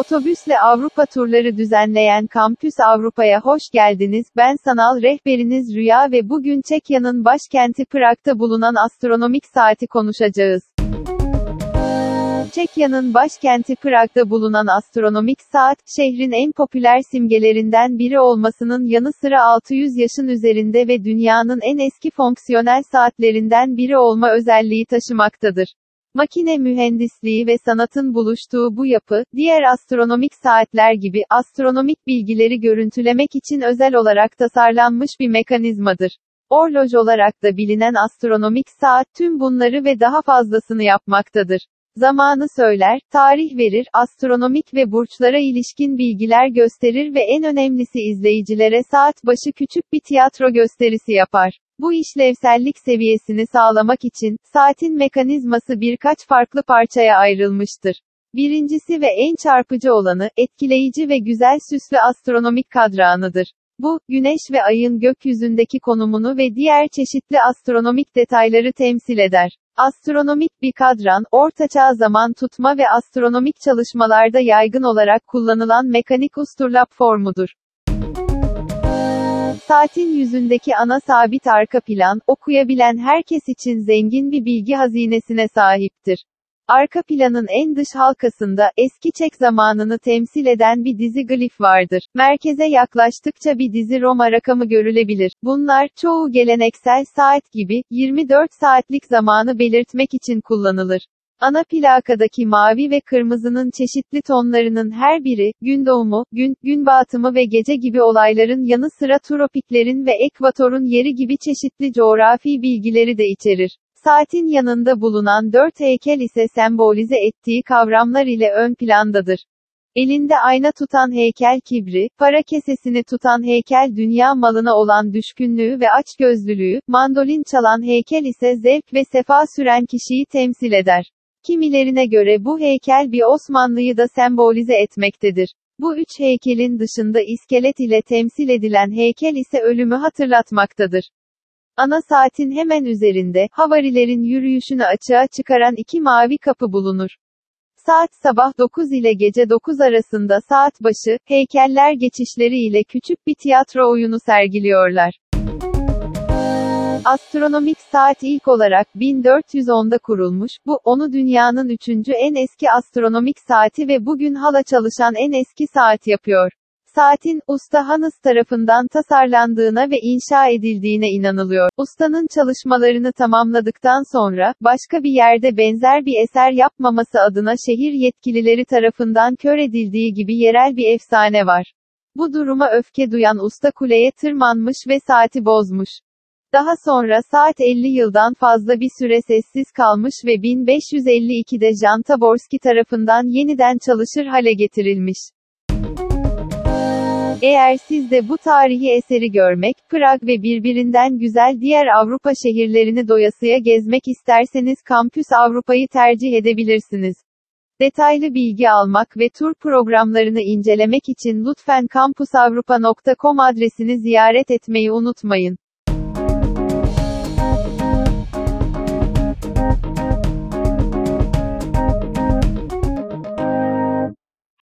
Otobüsle Avrupa turları düzenleyen Kampüs Avrupa'ya hoş geldiniz. Ben sanal rehberiniz Rüya ve bugün Çekya'nın başkenti Prag'da bulunan astronomik saati konuşacağız. Çekya'nın başkenti Prag'da bulunan astronomik saat, şehrin en popüler simgelerinden biri olmasının yanı sıra 600 yaşın üzerinde ve dünyanın en eski fonksiyonel saatlerinden biri olma özelliği taşımaktadır. Makine mühendisliği ve sanatın buluştuğu bu yapı, diğer astronomik saatler gibi, astronomik bilgileri görüntülemek için özel olarak tasarlanmış bir mekanizmadır. Orloj olarak da bilinen astronomik saat, tüm bunları ve daha fazlasını yapmaktadır. Zamanı söyler, tarih verir, astronomik ve burçlara ilişkin bilgiler gösterir ve en önemlisi izleyicilere saat başı küçük bir tiyatro gösterisi yapar. Bu işlevsellik seviyesini sağlamak için, saatin mekanizması birkaç farklı parçaya ayrılmıştır. Birincisi ve en çarpıcı olanı, etkileyici ve güzel süslü astronomik kadranıdır. Bu, Güneş ve Ay'ın gökyüzündeki konumunu ve diğer çeşitli astronomik detayları temsil eder. Astronomik bir kadran, ortaçağ zaman tutma ve astronomik çalışmalarda yaygın olarak kullanılan mekanik usturlap formudur. Saatin yüzündeki ana sabit arka plan, okuyabilen herkes için zengin bir bilgi hazinesine sahiptir. Arka planın en dış halkasında, eski Çek zamanını temsil eden bir dizi glif vardır. Merkeze yaklaştıkça bir dizi Roma rakamı görülebilir. Bunlar, çoğu geleneksel saat gibi, 24 saatlik zamanı belirtmek için kullanılır. Ana plakadaki mavi ve kırmızının çeşitli tonlarının her biri, gün doğumu, gün batımı ve gece gibi olayların yanı sıra tropiklerin ve ekvatorun yeri gibi çeşitli coğrafi bilgileri de içerir. Saatin yanında bulunan 4 heykel ise sembolize ettiği kavramlar ile ön plandadır. Elinde ayna tutan heykel kibri, para kesesini tutan heykel dünya malına olan düşkünlüğü ve açgözlülüğü, mandolin çalan heykel ise zevk ve sefa süren kişiyi temsil eder. Kimilerine göre bu heykel bir Osmanlı'yı da sembolize etmektedir. Bu üç heykelin dışında iskelet ile temsil edilen heykel ise ölümü hatırlatmaktadır. Ana saatin hemen üzerinde, havarilerin yürüyüşünü açığa çıkaran iki mavi kapı bulunur. Saat sabah 9 ile gece 9 arasında saat başı, heykeller geçişleri ile küçük bir tiyatro oyunu sergiliyorlar. Astronomik saat ilk olarak 1410'da kurulmuş, bu, onu dünyanın 3. en eski astronomik saati ve bugün hala çalışan en eski saat yapıyor. Saatin, usta Hannes tarafından tasarlandığına ve inşa edildiğine inanılıyor. Ustanın çalışmalarını tamamladıktan sonra, başka bir yerde benzer bir eser yapmaması adına şehir yetkilileri tarafından kör edildiği gibi yerel bir efsane var. Bu duruma öfke duyan usta kuleye tırmanmış ve saati bozmuş. Daha sonra saat 50 yıldan fazla bir süre sessiz kalmış ve 1552'de Jan Taborski tarafından yeniden çalışır hale getirilmiş. Eğer siz de bu tarihi eseri görmek, Prag ve birbirinden güzel diğer Avrupa şehirlerini doyasıya gezmek isterseniz Kampüs Avrupa'yı tercih edebilirsiniz. Detaylı bilgi almak ve tur programlarını incelemek için lütfen kampusavrupa.com adresini ziyaret etmeyi unutmayın.